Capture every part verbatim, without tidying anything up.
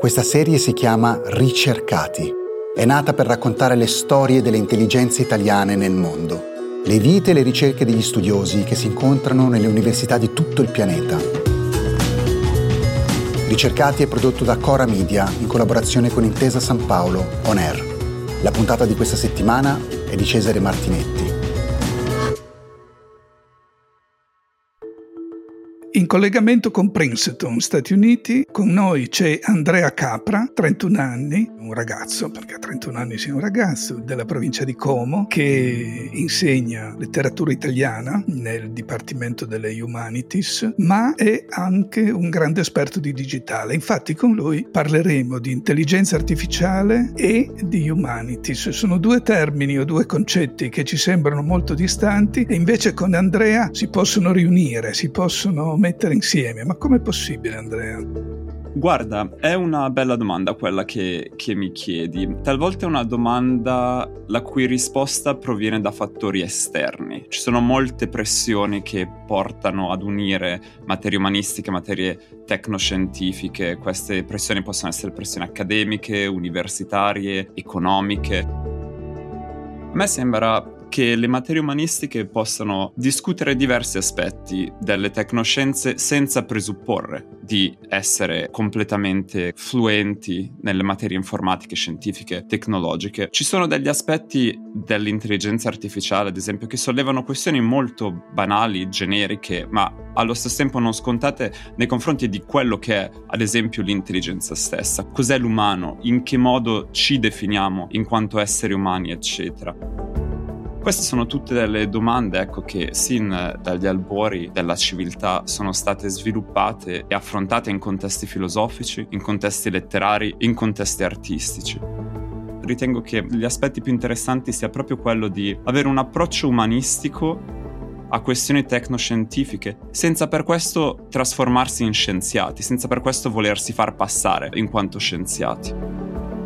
Questa serie si chiama Ricercati. È nata per raccontare le storie delle intelligenze italiane nel mondo, le vite e le ricerche degli studiosi che si incontrano nelle università di tutto il pianeta. Ricercati è prodotto da Cora Media in collaborazione con Intesa San Paolo On Air. La puntata di questa settimana è di Cesare Martinetti. In collegamento con Princeton, Stati Uniti, con noi c'è Andrea Capra, trentuno anni, un ragazzo, perché a trentuno anni sei un ragazzo, della provincia di Como, che insegna letteratura italiana nel Dipartimento delle Humanities, ma è anche un grande esperto di digitale. Infatti con lui parleremo di intelligenza artificiale e di humanities. Sono due termini o due concetti che ci sembrano molto distanti e invece con Andrea si possono riunire, si possono mettere insieme. Ma com'è possibile, Andrea? Guarda, è una bella domanda quella che, che mi chiedi. Talvolta è una domanda la cui risposta proviene da fattori esterni. Ci sono molte pressioni che portano ad unire materie umanistiche, materie tecnoscientifiche. Queste pressioni possono essere pressioni accademiche, universitarie, economiche. A me sembra che le materie umanistiche possano discutere diversi aspetti delle tecnoscienze senza presupporre di essere completamente fluenti nelle materie informatiche, scientifiche, tecnologiche. Ci sono degli aspetti dell'intelligenza artificiale, ad esempio, che sollevano questioni molto banali, generiche, ma allo stesso tempo non scontate nei confronti di quello che è, ad esempio, l'intelligenza stessa. Cos'è l'umano? In che modo ci definiamo in quanto esseri umani, eccetera. Queste sono tutte delle domande, ecco, che sin dagli albori della civiltà sono state sviluppate e affrontate in contesti filosofici, in contesti letterari, in contesti artistici. Ritengo che gli aspetti più interessanti sia proprio quello di avere un approccio umanistico a questioni tecnoscientifiche, senza per questo trasformarsi in scienziati, senza per questo volersi far passare in quanto scienziati.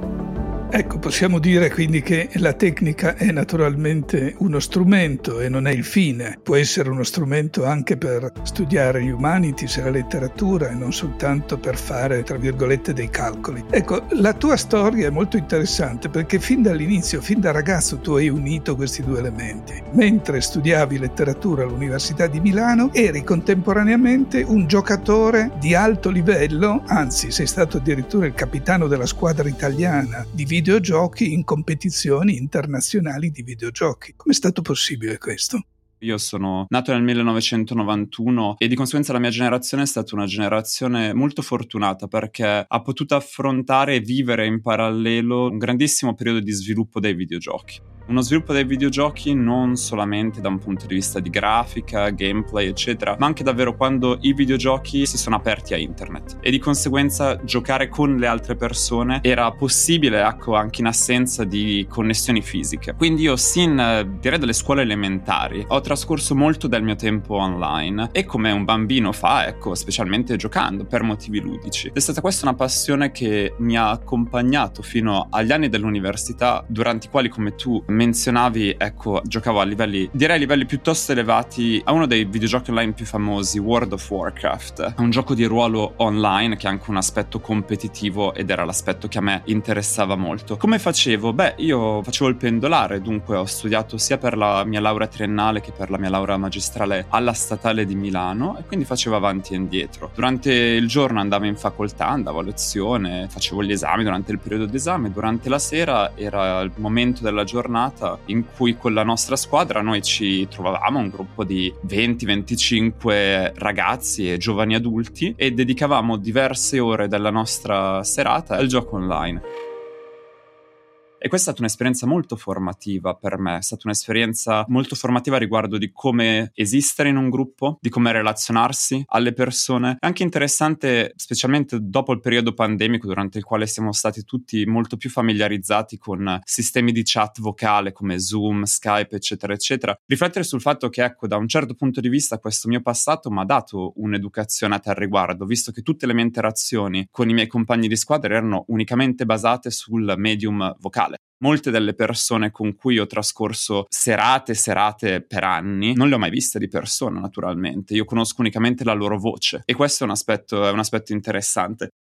Ecco, possiamo dire quindi che la tecnica è naturalmente uno strumento e non è il fine. Può essere uno strumento anche per studiare gli humanities e la letteratura e non soltanto per fare, tra virgolette, dei calcoli. Ecco, la tua storia è molto interessante perché fin dall'inizio, fin da ragazzo, tu hai unito questi due elementi. Mentre studiavi letteratura all'Università di Milano, eri contemporaneamente un giocatore di alto livello, anzi sei stato addirittura il capitano della squadra italiana di videogiochi in competizioni internazionali di videogiochi. Come è stato possibile questo? Io sono nato nel millenovecentonovantuno e di conseguenza la mia generazione è stata una generazione molto fortunata perché ha potuto affrontare e vivere in parallelo un grandissimo periodo di sviluppo dei videogiochi. Uno sviluppo dei videogiochi non solamente da un punto di vista di grafica, gameplay, eccetera, ma anche davvero quando i videogiochi si sono aperti a internet e di conseguenza giocare con le altre persone era possibile, ecco, anche in assenza di connessioni fisiche. Quindi io sin, direi, dalle scuole elementari ho trascorso molto del mio tempo online e come un bambino fa, ecco, specialmente giocando per motivi ludici. È stata questa una passione che mi ha accompagnato fino agli anni dell'università, durante i quali, come tu menzionavi, ecco, giocavo a livelli, direi a livelli piuttosto elevati a uno dei videogiochi online più famosi, World of Warcraft. È un gioco di ruolo online che ha anche un aspetto competitivo ed era l'aspetto che a me interessava molto. Come facevo? Beh, io facevo il pendolare, dunque ho studiato sia per la mia laurea triennale che per la mia laurea magistrale alla Statale di Milano e quindi facevo avanti e indietro. Durante il giorno andavo in facoltà, andavo a lezione, facevo gli esami durante il periodo d'esame, durante la sera era il momento della giornata in cui con la nostra squadra noi ci trovavamo, un gruppo di venti venticinque ragazzi e giovani adulti, e dedicavamo diverse ore della nostra serata al gioco online. E questa è stata un'esperienza molto formativa per me, è stata un'esperienza molto formativa riguardo di come esistere in un gruppo, di come relazionarsi alle persone. È anche interessante, specialmente dopo il periodo pandemico, durante il quale siamo stati tutti molto più familiarizzati con sistemi di chat vocale come Zoom, Skype, eccetera, eccetera, riflettere sul fatto che, ecco, da un certo punto di vista questo mio passato mi ha dato un'educazione a tal riguardo, visto che tutte le mie interazioni con i miei compagni di squadra erano unicamente basate sul medium vocale. Molte delle persone con cui ho trascorso serate e serate per anni non le ho mai viste di persona, naturalmente. Io conosco unicamente la loro voce e questo è un aspetto, è un aspetto interessante.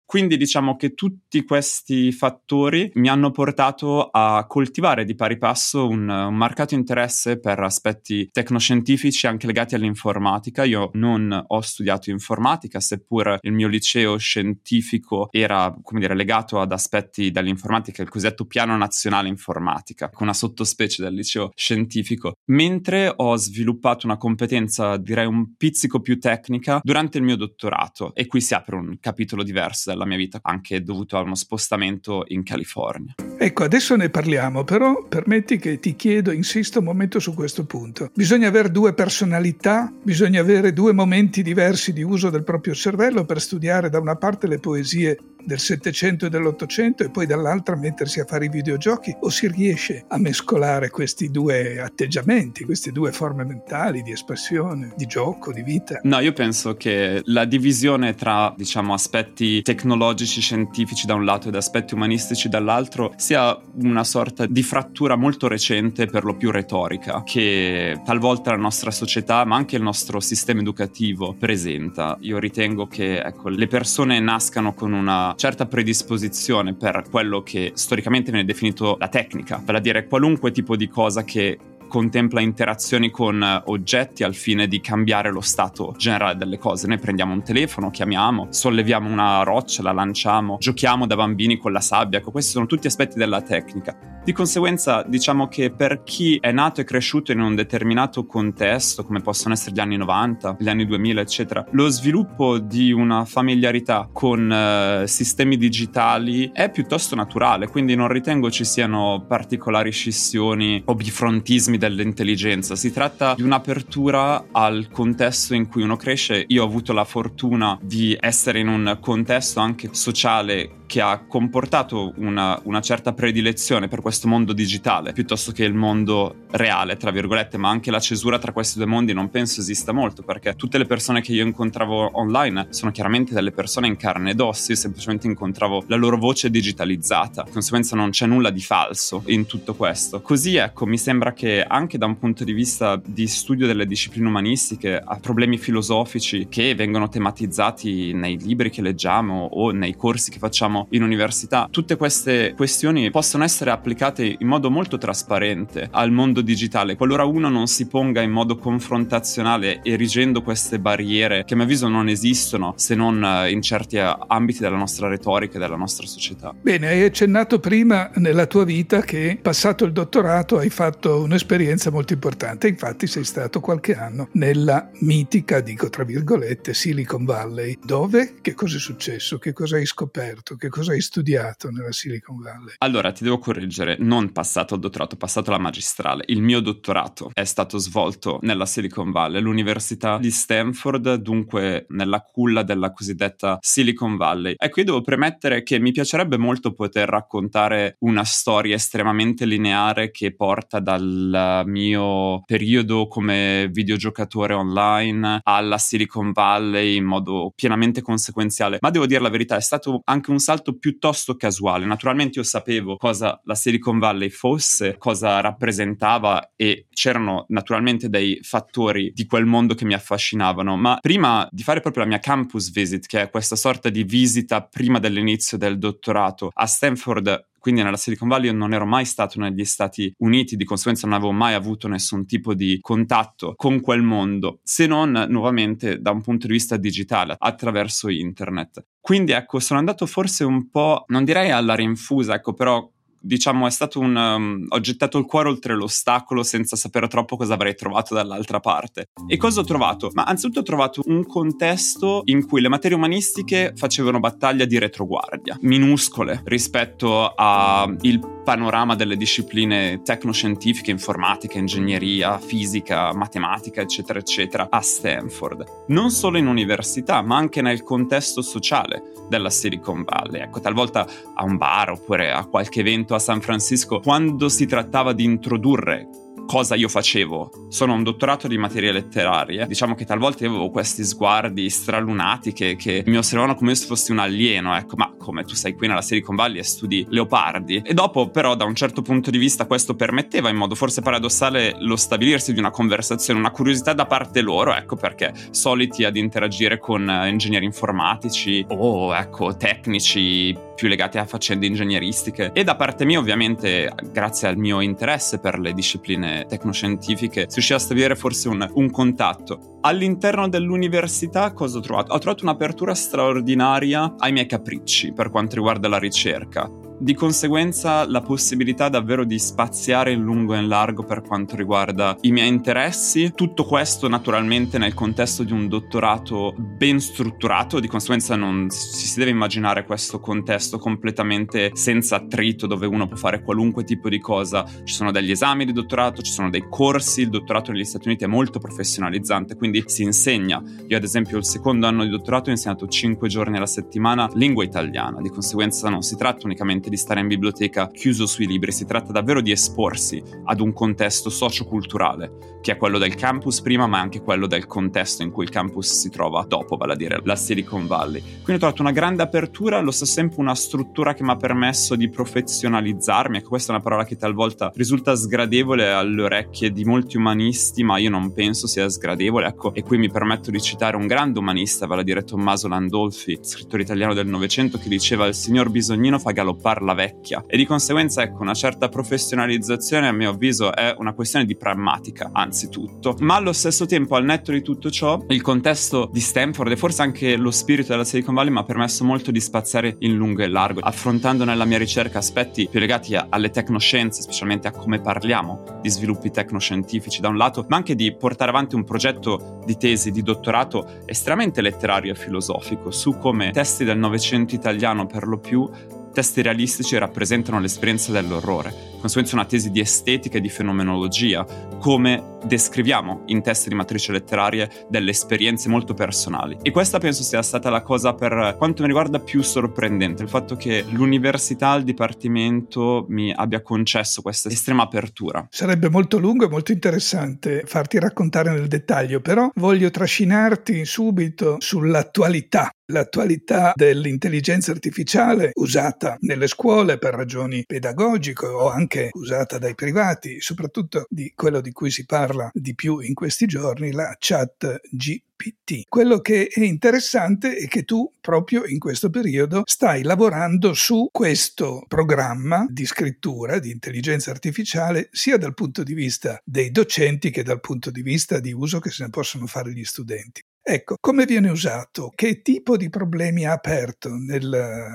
Quindi diciamo che tutti questi fattori mi hanno portato a coltivare di pari passo un, un marcato interesse per aspetti tecnoscientifici anche legati all'informatica. Io non ho studiato informatica, seppur il mio liceo scientifico era, come dire, legato ad aspetti dell'informatica, il cosiddetto piano nazionale informatica, con una sottospecie del liceo scientifico, mentre ho sviluppato una competenza, direi un pizzico più tecnica, durante il mio dottorato, e qui si apre un capitolo diverso della mia vita, anche dovuto a uno spostamento in California. Ecco, adesso ne parliamo, però permetti che ti chiedo, insisto un momento su questo punto. Bisogna avere due personalità, bisogna avere due momenti diversi di uso del proprio cervello per studiare da una parte le poesie del Settecento e dell'Ottocento e poi dall'altra mettersi a fare i videogiochi, o si riesce a mescolare questi due atteggiamenti, queste due forme mentali di espressione, di gioco, di vita? No, io penso che la divisione tra, diciamo, aspetti tecnologici, scientifici da un lato ed aspetti umanistici dall'altro sia una sorta di frattura molto recente, per lo più retorica, che talvolta la nostra società, ma anche il nostro sistema educativo presenta. Io ritengo che, ecco, le persone nascano con una certa predisposizione per quello che storicamente viene definito la tecnica, vale a dire qualunque tipo di cosa che contempla interazioni con oggetti al fine di cambiare lo stato generale delle cose. Noi prendiamo un telefono, chiamiamo, solleviamo una roccia, la lanciamo, giochiamo da bambini con la sabbia. Questi sono tutti aspetti della tecnica. Di conseguenza, diciamo che per chi è nato e cresciuto in un determinato contesto, come possono essere gli anni novanta, gli anni duemila, eccetera, lo sviluppo di una familiarità con uh, sistemi digitali è piuttosto naturale, quindi non ritengo ci siano particolari scissioni o bifrontismi dell'intelligenza. Si tratta di un'apertura al contesto in cui uno cresce. Io ho avuto la fortuna di essere in un contesto anche sociale che ha comportato una, una certa predilezione per questo mondo digitale piuttosto che il mondo reale, tra virgolette, ma anche la cesura tra questi due mondi non penso esista molto, perché tutte le persone che io incontravo online sono chiaramente delle persone in carne ed ossa. Io semplicemente incontravo la loro voce digitalizzata, di conseguenza non c'è nulla di falso in tutto questo. Così, ecco, mi sembra che anche da un punto di vista di studio delle discipline umanistiche, a problemi filosofici che vengono tematizzati nei libri che leggiamo o nei corsi che facciamo in università, tutte queste questioni possono essere applicate in modo molto trasparente al mondo digitale, qualora uno non si ponga in modo confrontazionale, erigendo queste barriere che a mio avviso non esistono se non in certi ambiti della nostra retorica e della nostra società. Bene, hai accennato prima nella tua vita che, passato il dottorato, hai fatto un'esperienza molto importante. Infatti sei stato qualche anno nella mitica, dico tra virgolette, Silicon Valley. Dove? Che cosa è successo? Che cosa hai scoperto? Che cosa hai studiato nella Silicon Valley? Allora, ti devo correggere, non passato il dottorato, passato la magistrale. Il mio dottorato è stato svolto nella Silicon Valley, l'università di Stanford, dunque nella culla della cosiddetta Silicon Valley. Ecco, io devo premettere che mi piacerebbe molto poter raccontare una storia estremamente lineare che porta dal mio periodo come videogiocatore online alla Silicon Valley in modo pienamente conseguenziale, ma devo dire la verità, è stato anche un salto piuttosto casuale. Naturalmente io sapevo cosa la Silicon Valley fosse, cosa rappresentava, e c'erano naturalmente dei fattori di quel mondo che mi affascinavano, ma prima di fare proprio la mia campus visit, che è questa sorta di visita prima dell'inizio del dottorato a Stanford, quindi nella Silicon Valley, io non ero mai stato negli Stati Uniti, di conseguenza non avevo mai avuto nessun tipo di contatto con quel mondo, se non nuovamente da un punto di vista digitale, attraverso internet. Quindi ecco, sono andato forse un po', non direi alla rinfusa, ecco, però diciamo è stato un um, ho gettato il cuore oltre l'ostacolo senza sapere troppo cosa avrei trovato dall'altra parte. E cosa ho trovato? Ma anzitutto ho trovato un contesto in cui le materie umanistiche facevano battaglia di retroguardia, minuscole rispetto al panorama delle discipline tecnoscientifiche, informatica, ingegneria, fisica, matematica, eccetera eccetera a Stanford, non solo in università ma anche nel contesto sociale della Silicon Valley. Ecco, talvolta a un bar oppure a qualche evento a San Francisco, quando si trattava di introdurre cosa io facevo. Sono un dottorato di materie letterarie. Diciamo che talvolta io avevo questi sguardi stralunati che, che mi osservavano come se fossi un alieno, ecco, ma come tu sei qui nella Silicon Valley e studi leopardi? E dopo però da un certo punto di vista questo permetteva in modo forse paradossale lo stabilirsi di una conversazione, una curiosità da parte loro, ecco, perché soliti ad interagire con ingegneri informatici o ecco tecnici più legati a faccende ingegneristiche, e da parte mia ovviamente grazie al mio interesse per le discipline tecnoscientifiche si riusciva a stabilire forse un, un contatto. All'interno dell'università cosa ho trovato? Ho trovato un'apertura straordinaria ai miei capricci per quanto riguarda la ricerca. Di conseguenza la possibilità davvero di spaziare in lungo e in largo per quanto riguarda i miei interessi, tutto questo naturalmente nel contesto di un dottorato ben strutturato, di conseguenza non si, si deve immaginare questo contesto completamente senza attrito dove uno può fare qualunque tipo di cosa. Ci sono degli esami di dottorato, ci sono dei corsi, il dottorato negli Stati Uniti è molto professionalizzante, quindi si insegna. Io ad esempio il secondo anno di dottorato ho insegnato cinque giorni alla settimana lingua italiana, di conseguenza non si tratta unicamente di stare in biblioteca chiuso sui libri, si tratta davvero di esporsi ad un contesto socioculturale che è quello del campus prima ma anche quello del contesto in cui il campus si trova dopo, vale a dire la Silicon Valley. Quindi ho trovato una grande apertura, allo stesso tempo una struttura che mi ha permesso di professionalizzarmi. Ecco, questa è una parola che talvolta risulta sgradevole alle orecchie di molti umanisti, ma io non penso sia sgradevole, ecco, e qui mi permetto di citare un grande umanista, vale a dire Tommaso Landolfi, scrittore italiano del Novecento, che diceva: il signor Bisognino fa galoppar la vecchia, e di conseguenza ecco una certa professionalizzazione a mio avviso è una questione di pragmatica anzitutto, ma allo stesso tempo al netto di tutto ciò il contesto di Stanford e forse anche lo spirito della Silicon Valley mi ha permesso molto di spaziare in lungo e largo, affrontando nella mia ricerca aspetti più legati a, alle tecnoscienze, specialmente a come parliamo di sviluppi tecnoscientifici da un lato, ma anche di portare avanti un progetto di tesi di dottorato estremamente letterario e filosofico su come testi del Novecento italiano per lo più testi realistici rappresentano l'esperienza dell'orrore, conseguenza una tesi di estetica e di fenomenologia, come descriviamo in testi di matrice letterarie delle esperienze molto personali. E questa penso sia stata la cosa per quanto mi riguarda più sorprendente, il fatto che l'università, il dipartimento mi abbia concesso questa estrema apertura. Sarebbe molto lungo e molto interessante farti raccontare nel dettaglio, però voglio trascinarti subito sull'attualità. L'attualità dell'intelligenza artificiale usata nelle scuole per ragioni pedagogiche o anche usata dai privati, soprattutto di quello di cui si parla di più in questi giorni, la Chat G P T. Quello che è interessante è che tu proprio in questo periodo stai lavorando su questo programma di scrittura di intelligenza artificiale sia dal punto di vista dei docenti che dal punto di vista di uso che se ne possono fare gli studenti. Ecco, come viene usato? Che tipo di problemi ha aperto nel,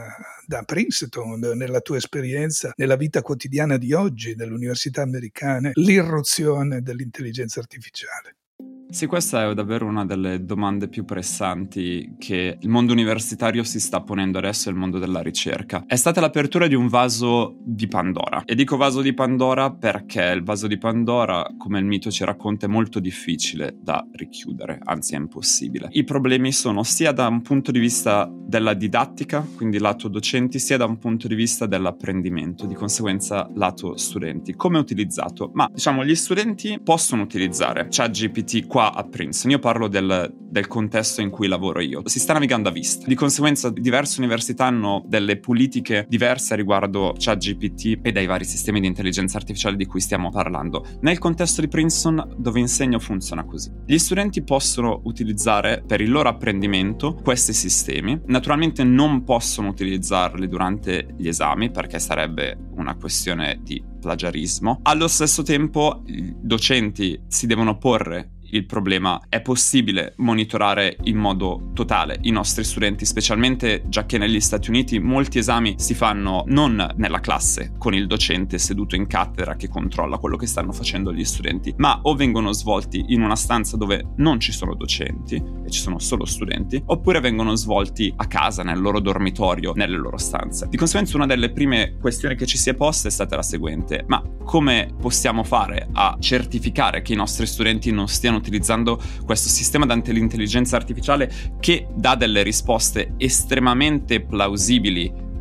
da Princeton, nella tua esperienza, nella vita quotidiana di oggi delle università americane, l'irruzione dell'intelligenza artificiale? Sì, questa è davvero una delle domande più pressanti che il mondo universitario si sta ponendo adesso, il mondo della ricerca. È stata l'apertura di un vaso di Pandora. E dico vaso di Pandora perché il vaso di Pandora, come il mito ci racconta, è molto difficile da richiudere, anzi è impossibile. I problemi sono sia da un punto di vista della didattica, quindi lato docenti, sia da un punto di vista dell'apprendimento, di conseguenza lato studenti. Come è utilizzato? Ma diciamo gli studenti possono utilizzare ChatGPT qua a Princeton. Io parlo del, del contesto in cui lavoro io. Si sta navigando a vista. Di conseguenza diverse università hanno delle politiche diverse riguardo ChatGPT e dai vari sistemi di intelligenza artificiale di cui stiamo parlando. Nel contesto di Princeton, dove insegno, funziona così. Gli studenti possono utilizzare per il loro apprendimento questi sistemi. Naturalmente non possono utilizzarli durante gli esami perché sarebbe una questione di plagiarismo. Allo stesso tempo, i docenti si devono porre il problema: è possibile monitorare in modo totale i nostri studenti, specialmente già che negli Stati Uniti molti esami si fanno non nella classe con il docente seduto in cattedra che controlla quello che stanno facendo gli studenti, ma o vengono svolti in una stanza dove non ci sono docenti e ci sono solo studenti, oppure vengono svolti a casa, nel loro dormitorio, nelle loro stanze. Di conseguenza una delle prime questioni che ci si è posta è stata la seguente: ma come possiamo fare a certificare che i nostri studenti non stiano utilizzando questo sistema dell'intelligenza artificiale che dà delle risposte estremamente plausibili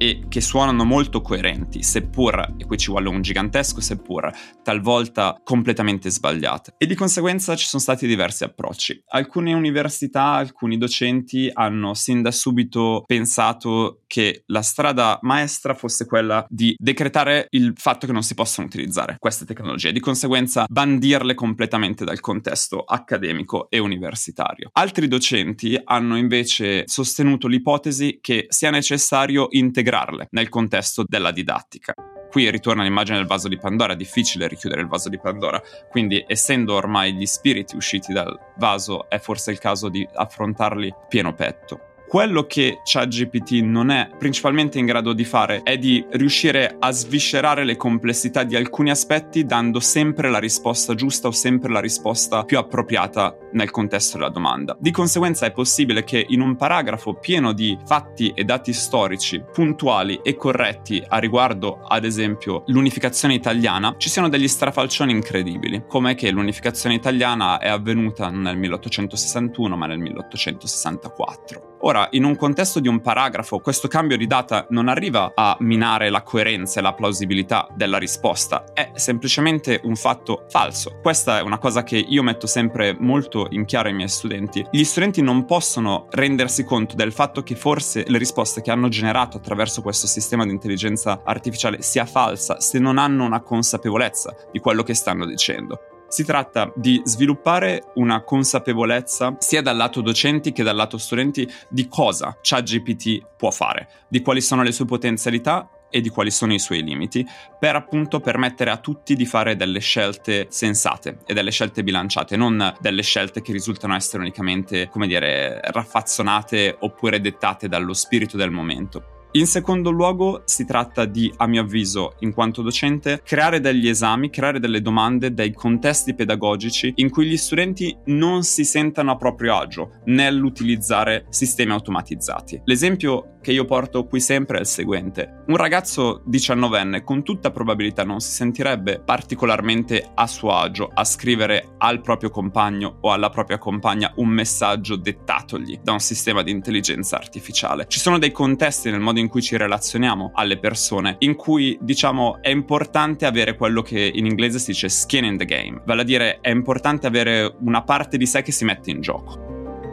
e che suonano molto coerenti, seppur, e qui ci vuole un gigantesco seppur, talvolta completamente sbagliate. E di conseguenza ci sono stati diversi approcci. Alcune università, alcuni docenti hanno sin da subito pensato che la strada maestra fosse quella di decretare il fatto che non si possono utilizzare queste tecnologie, di conseguenza bandirle completamente dal contesto accademico e universitario. Altri docenti hanno invece sostenuto l'ipotesi che sia necessario integrarle nel contesto della didattica. Qui ritorna l'immagine del vaso di Pandora, è difficile richiudere il vaso di Pandora, quindi essendo ormai gli spiriti usciti dal vaso è forse il caso di affrontarli pieno petto. Quello che ChatGPT non è principalmente in grado di fare è di riuscire a sviscerare le complessità di alcuni aspetti dando sempre la risposta giusta o sempre la risposta più appropriata nel contesto della domanda. Di conseguenza è possibile che in un paragrafo pieno di fatti e dati storici puntuali e corretti a riguardo, ad esempio, l'unificazione italiana, ci siano degli strafalcioni incredibili, come che l'unificazione italiana è avvenuta non nel milleottocentosessantuno ma nel milleottocentosessantaquattro. Ora, in un contesto di un paragrafo, questo cambio di data non arriva a minare la coerenza e la plausibilità della risposta, è semplicemente un fatto falso. Questa è una cosa che io metto sempre molto in chiaro ai miei studenti. Gli studenti non possono rendersi conto del fatto che forse le risposte che hanno generato attraverso questo sistema di intelligenza artificiale sia falsa se non hanno una consapevolezza di quello che stanno dicendo. Si tratta di sviluppare una consapevolezza sia dal lato docenti che dal lato studenti di cosa ChatGPT può fare, di quali sono le sue potenzialità e di quali sono i suoi limiti, per appunto permettere a tutti di fare delle scelte sensate e delle scelte bilanciate, non delle scelte che risultano essere unicamente, come dire, raffazzonate oppure dettate dallo spirito del momento. In secondo luogo si tratta di, a mio avviso, in quanto docente, creare degli esami, creare delle domande, dei contesti pedagogici in cui gli studenti non si sentano a proprio agio nell'utilizzare sistemi automatizzati. L'esempio che io porto qui sempre è il seguente. Un ragazzo diciannovenne con tutta probabilità non si sentirebbe particolarmente a suo agio a scrivere al proprio compagno o alla propria compagna un messaggio dettatogli da un sistema di intelligenza artificiale. Ci sono dei contesti nel modo in cui ci relazioniamo alle persone in cui, diciamo, è importante avere quello che in inglese si dice skin in the game, vale a dire è importante avere una parte di sé che si mette in gioco.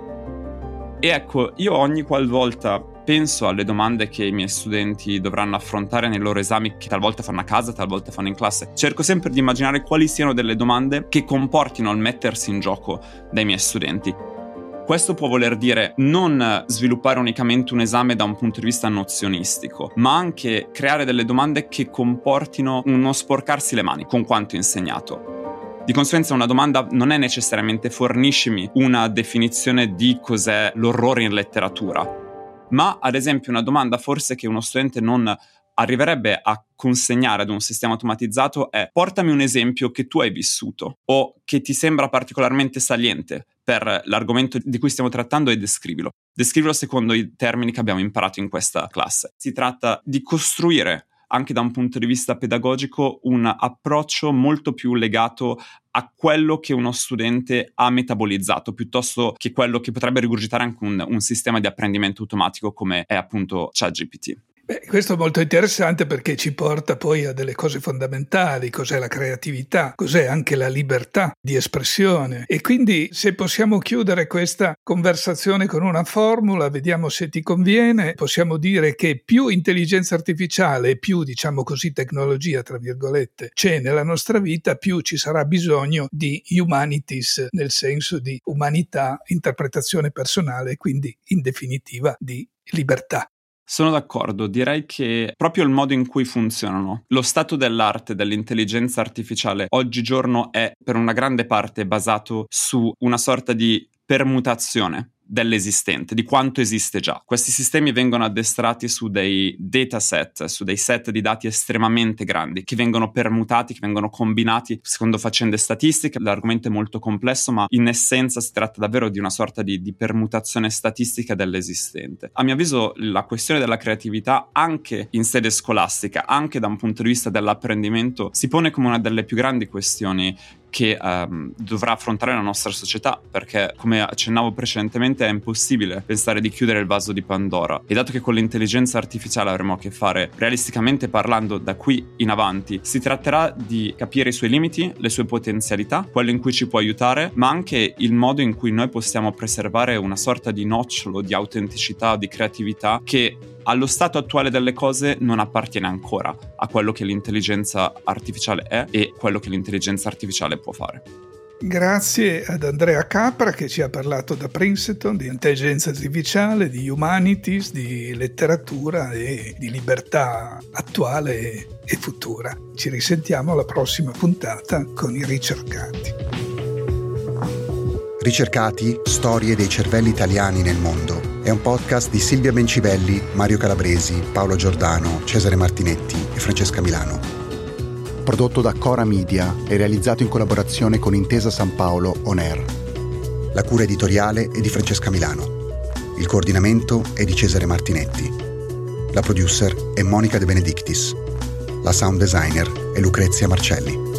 E ecco, io ogni qualvolta penso alle domande che i miei studenti dovranno affrontare nei loro esami, che talvolta fanno a casa, talvolta fanno in classe, cerco sempre di immaginare quali siano delle domande che comportino il mettersi in gioco dai miei studenti. Questo può voler dire non sviluppare unicamente un esame da un punto di vista nozionistico, ma anche creare delle domande che comportino uno sporcarsi le mani con quanto insegnato. Di conseguenza una domanda non è necessariamente forniscimi una definizione di cos'è l'orrore in letteratura, ma ad esempio una domanda forse che uno studente non arriverebbe a consegnare ad un sistema automatizzato è: portami un esempio che tu hai vissuto o che ti sembra particolarmente saliente per l'argomento di cui stiamo trattando e descrivilo. Descrivilo secondo i termini che abbiamo imparato in questa classe. Si tratta di costruire, anche da un punto di vista pedagogico, un approccio molto più legato a quello che uno studente ha metabolizzato, piuttosto che quello che potrebbe rigurgitare anche un, un sistema di apprendimento automatico come è appunto ChatGPT. Beh, questo è molto interessante perché ci porta poi a delle cose fondamentali, cos'è la creatività, cos'è anche la libertà di espressione. E quindi se possiamo chiudere questa conversazione con una formula, vediamo se ti conviene, possiamo dire che più intelligenza artificiale e più, diciamo così, tecnologia, tra virgolette, c'è nella nostra vita, più ci sarà bisogno di humanities, nel senso di umanità, interpretazione personale e quindi, in definitiva, di libertà. Sono d'accordo, direi che proprio il modo in cui funzionano, lo stato dell'arte dell'intelligenza artificiale oggigiorno è per una grande parte basato su una sorta di permutazione dell'esistente, di quanto esiste già. Questi sistemi vengono addestrati su dei dataset, su dei set di dati estremamente grandi, che vengono permutati, che vengono combinati secondo faccende statistiche. L'argomento è molto complesso, ma in essenza si tratta davvero di una sorta di, di permutazione statistica dell'esistente. A mio avviso la questione della creatività, anche in sede scolastica, anche da un punto di vista dell'apprendimento, si pone come una delle più grandi questioni che um, dovrà affrontare la nostra società, perché come accennavo precedentemente è impossibile pensare di chiudere il vaso di Pandora, e dato che con l'intelligenza artificiale avremo a che fare, realisticamente parlando, da qui in avanti, si tratterà di capire i suoi limiti, le sue potenzialità, quello in cui ci può aiutare, ma anche il modo in cui noi possiamo preservare una sorta di nocciolo di autenticità, di creatività che allo stato attuale delle cose non appartiene ancora a quello che l'intelligenza artificiale è e quello che l'intelligenza artificiale può fare. Grazie ad Andrea Capra che ci ha parlato da Princeton di intelligenza artificiale, di humanities, di letteratura e di libertà attuale e futura. Ci risentiamo alla prossima puntata con i ricercati. Ricercati, storie dei cervelli italiani nel mondo è un podcast di Silvia Bencivelli, Mario Calabresi, Paolo Giordano, Cesare Martinetti e Francesca Milano. Prodotto da Cora Media e realizzato in collaborazione con Intesa San Paolo On Air. La cura editoriale è di Francesca Milano. Il coordinamento è di Cesare Martinetti. La producer è Monica De Benedictis. La sound designer è Lucrezia Marcelli.